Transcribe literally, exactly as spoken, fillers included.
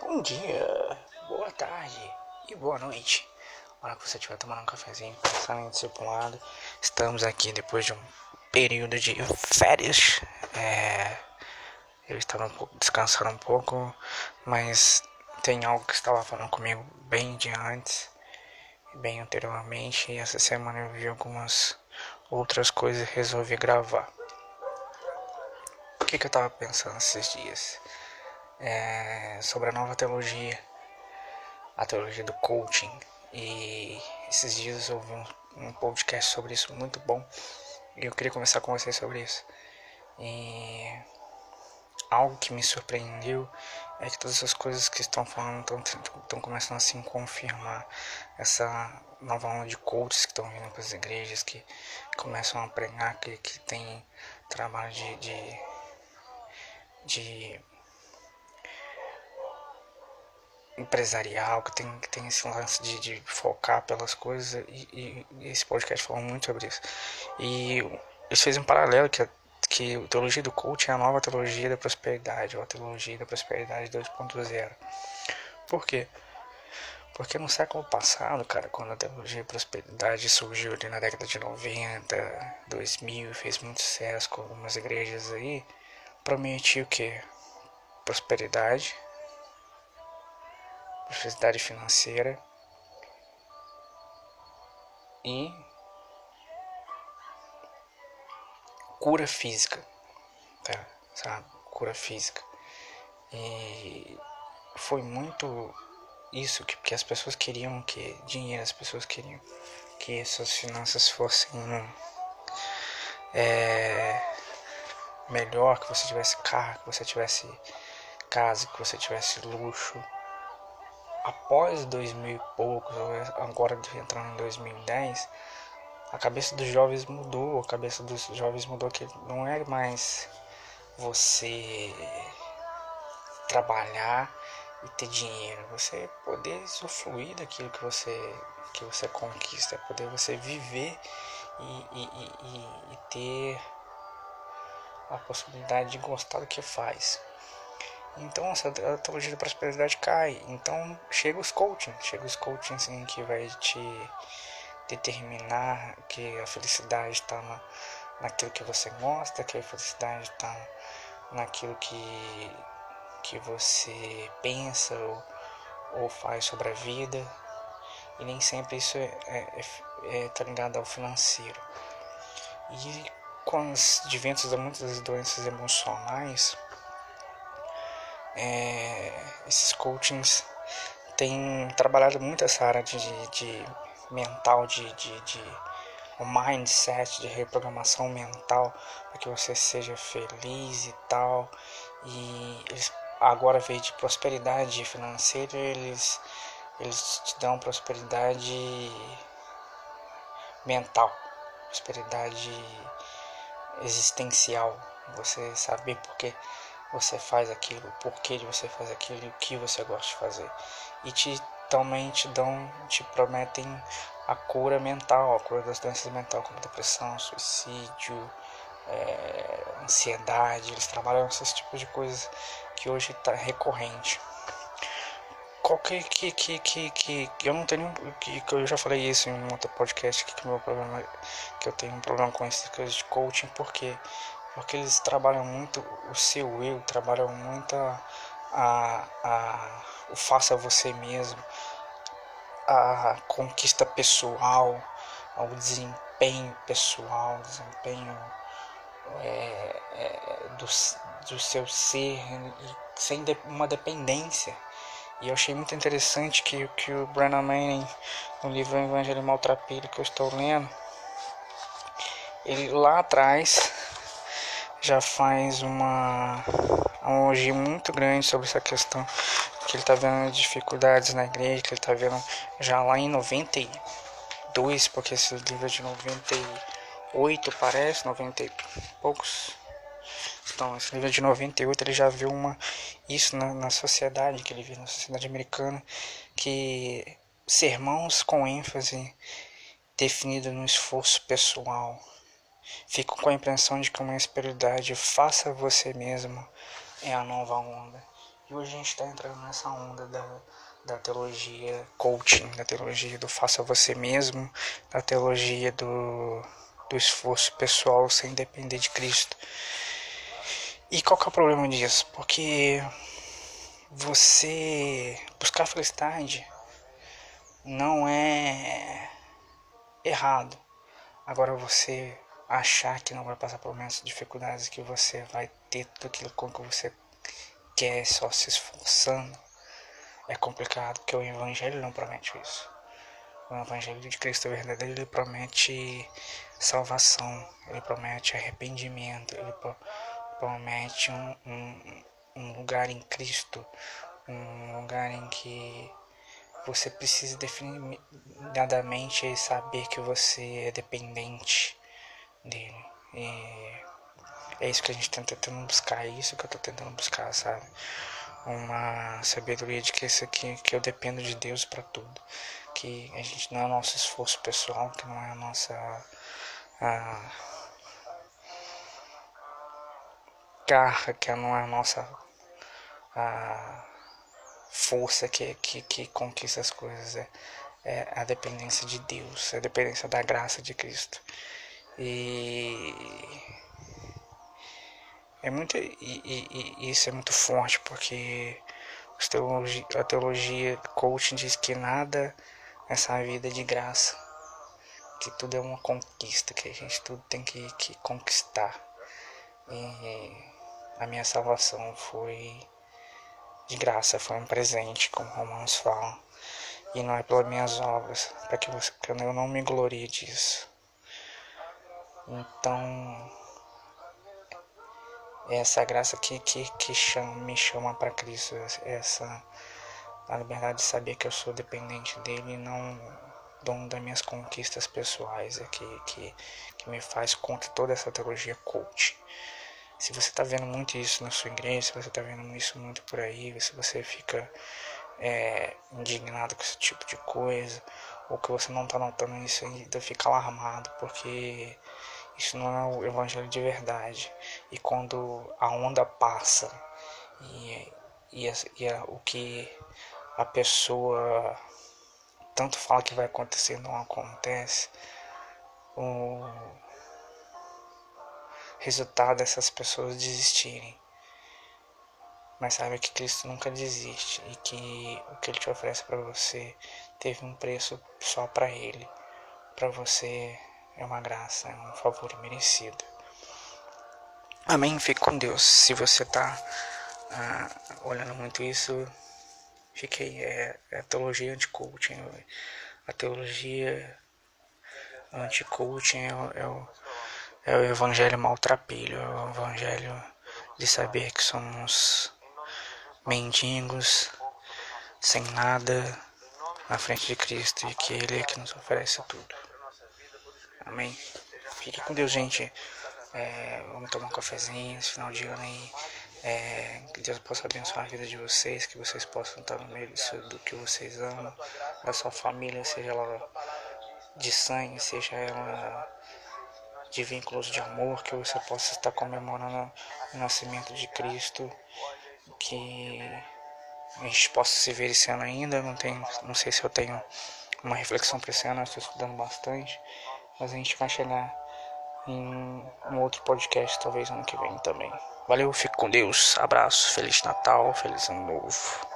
Bom dia, boa tarde e boa noite. Na hora que você estiver tomando um cafezinho, pensando em discipulado, estamos aqui depois de um período de férias. É, eu estava um pouco, descansando um pouco, mas tem algo que estava falando comigo bem de antes, bem anteriormente, e essa semana eu vi algumas outras coisas e resolvi gravar. O que, que eu estava pensando esses dias? É, sobre a nova teologia, a teologia do coaching. E esses dias eu ouvi um, um podcast sobre isso muito bom e eu queria conversar com vocês sobre isso. E algo que me surpreendeu é que todas as coisas que estão falando estão começando a se confirmar. Essa nova onda de coaches que estão vindo para as igrejas, que começam a pregar que, que tem trabalho de, de, de empresarial, que tem, que tem esse lance de, de focar pelas coisas, e, e esse podcast falou muito sobre isso. E eles fez um paralelo que, que a teologia do coaching é a nova teologia da prosperidade, ou a teologia da prosperidade dois ponto zero. Por quê? Porque no século passado, cara, quando a teologia da prosperidade surgiu ali na década de noventa, dois mil, fez muito sucesso com algumas igrejas aí, prometia o quê? Prosperidade, prosperidade financeira e cura física, tá? Sabe? Cura física. E foi muito isso que, que as pessoas queriam, que dinheiro, as pessoas queriam que suas finanças fossem é, melhor, que você tivesse carro, que você tivesse casa, que você tivesse luxo. Após dois mil e poucos, agora entrando em dois mil e dez, a cabeça dos jovens mudou, a cabeça dos jovens mudou, que não é mais você trabalhar e ter dinheiro, você poder usufruir daquilo que você, que você conquista, poder você viver e, e, e, e ter a possibilidade de gostar do que faz. Então essa a teologia da prosperidade cai. Então chega os coaching, chega os coaching assim, que vai te determinar que a felicidade está na, naquilo que você gosta, que a felicidade está naquilo que, que você pensa ou, ou faz sobre a vida. E nem sempre isso é, é, é, é tá ligado ao financeiro. E com os adventos de muitas doenças emocionais, é, esses coachings têm trabalhado muito essa área de, de, de mental, de, de, de um mindset, de reprogramação mental, para que você seja feliz e tal. E eles agora, veio de prosperidade financeira, eles, eles te dão prosperidade mental, prosperidade existencial. Você saber por que você faz aquilo, o porquê de você faz aquilo e o que você gosta de fazer. E te também te dão, te prometem a cura mental, a cura das doenças mentais, como depressão, suicídio, é, ansiedade. Eles trabalham esses tipos de coisas que hoje está recorrente. Qual que, que, que, que, que eu não tenho, que, que eu já falei isso em um outro podcast, que, que, meu problema, que eu tenho um problema com essas coisas de coaching, porque porque eles trabalham muito o seu eu, trabalham muito a, a, a, o faça você mesmo, a conquista pessoal, o desempenho pessoal, o desempenho é, é, do, do seu ser, e sem de, uma dependência. E eu achei muito interessante que, que o Brennan Manning, no livro Evangelho Maltrapilho que eu estou lendo, ele lá atrás já faz uma analogia muito grande sobre essa questão, que ele está vendo dificuldades na igreja, que ele está vendo já lá em noventa e dois, porque esse livro é de noventa e oito, parece, noventa e poucos. Então, esse livro é de noventa e oito, ele já viu uma, isso na, na sociedade, que ele viu na sociedade americana, que sermões com ênfase definido no esforço pessoal. Fico com a impressão de que uma espiritualidade faça você mesmo é a nova onda. E hoje a gente está entrando nessa onda da, da teologia coaching, da teologia do faça você mesmo, da teologia do, do esforço pessoal sem depender de Cristo. E qual que é o problema disso? Porque você buscar felicidade não é errado. Agora você achar que não vai passar por menos dificuldades, que você vai ter tudo aquilo com que você quer só se esforçando, é complicado, porque o Evangelho não promete isso. O Evangelho de Cristo verdadeiro, ele promete salvação, ele promete arrependimento, ele promete um, um, um lugar em Cristo, um lugar em que você precisa definidamente saber que você é dependente dele. E é isso que a gente está tentando buscar, é isso que eu estou tentando buscar, sabe? Uma sabedoria de que isso aqui, que eu dependo de Deus para tudo, que a gente não é o nosso esforço pessoal, que não é a nossa a garra, que não é a nossa a força que, que, que conquista as coisas, é, é a dependência de Deus, é a dependência da graça de Cristo. E é muito e, e, e isso é muito forte, porque teologia, a teologia coaching diz que nada nessa vida é de graça, que tudo é uma conquista, que a gente tudo tem que, que conquistar. E a minha salvação foi de graça, foi um presente, como Romanos fala, e não é pelas minhas obras, para que você, que eu não me glorie disso. Então, é essa graça que, que, que chama, me chama para Cristo, essa a liberdade de saber que eu sou dependente dele e não dono das minhas conquistas pessoais, é que, que, que me faz contra toda essa teologia coach. Se você está vendo muito isso na sua igreja, se você está vendo isso muito por aí, se você fica é, indignado com esse tipo de coisa, ou que você não está notando isso ainda, fica alarmado, porque isso não é o evangelho de verdade. E quando a onda passa e, e, e a, o que a pessoa tanto fala que vai acontecer não acontece, o resultado dessas pessoas desistirem. Mas saiba que Cristo nunca desiste e que o que Ele te oferece para você teve um preço só para Ele. Para você é uma graça, é um favor merecido. Amém? Fique com Deus. Se você está ah, olhando muito isso, fique aí. É, é a teologia anti-coaching. A teologia anti-coaching é, é, o, é o evangelho maltrapilho. É o evangelho de saber que somos mendigos, sem nada, na frente de Cristo, e que Ele é que nos oferece tudo. Amém? Fique com Deus, gente. É, vamos tomar um cafezinho nesse final de ano aí. É, que Deus possa abençoar a vida de vocês, que vocês possam estar no meio disso, do que vocês amam, da sua família, seja ela de sangue, seja ela de vínculos de amor, que você possa estar comemorando o nascimento de Cristo, que a gente possa se ver esse ano ainda. Não, tenho, não sei se eu tenho uma reflexão para esse ano, eu estou estudando bastante, mas a gente vai chegar em um outro podcast talvez ano que vem também. Valeu, fique com Deus, abraço, Feliz Natal, Feliz Ano Novo.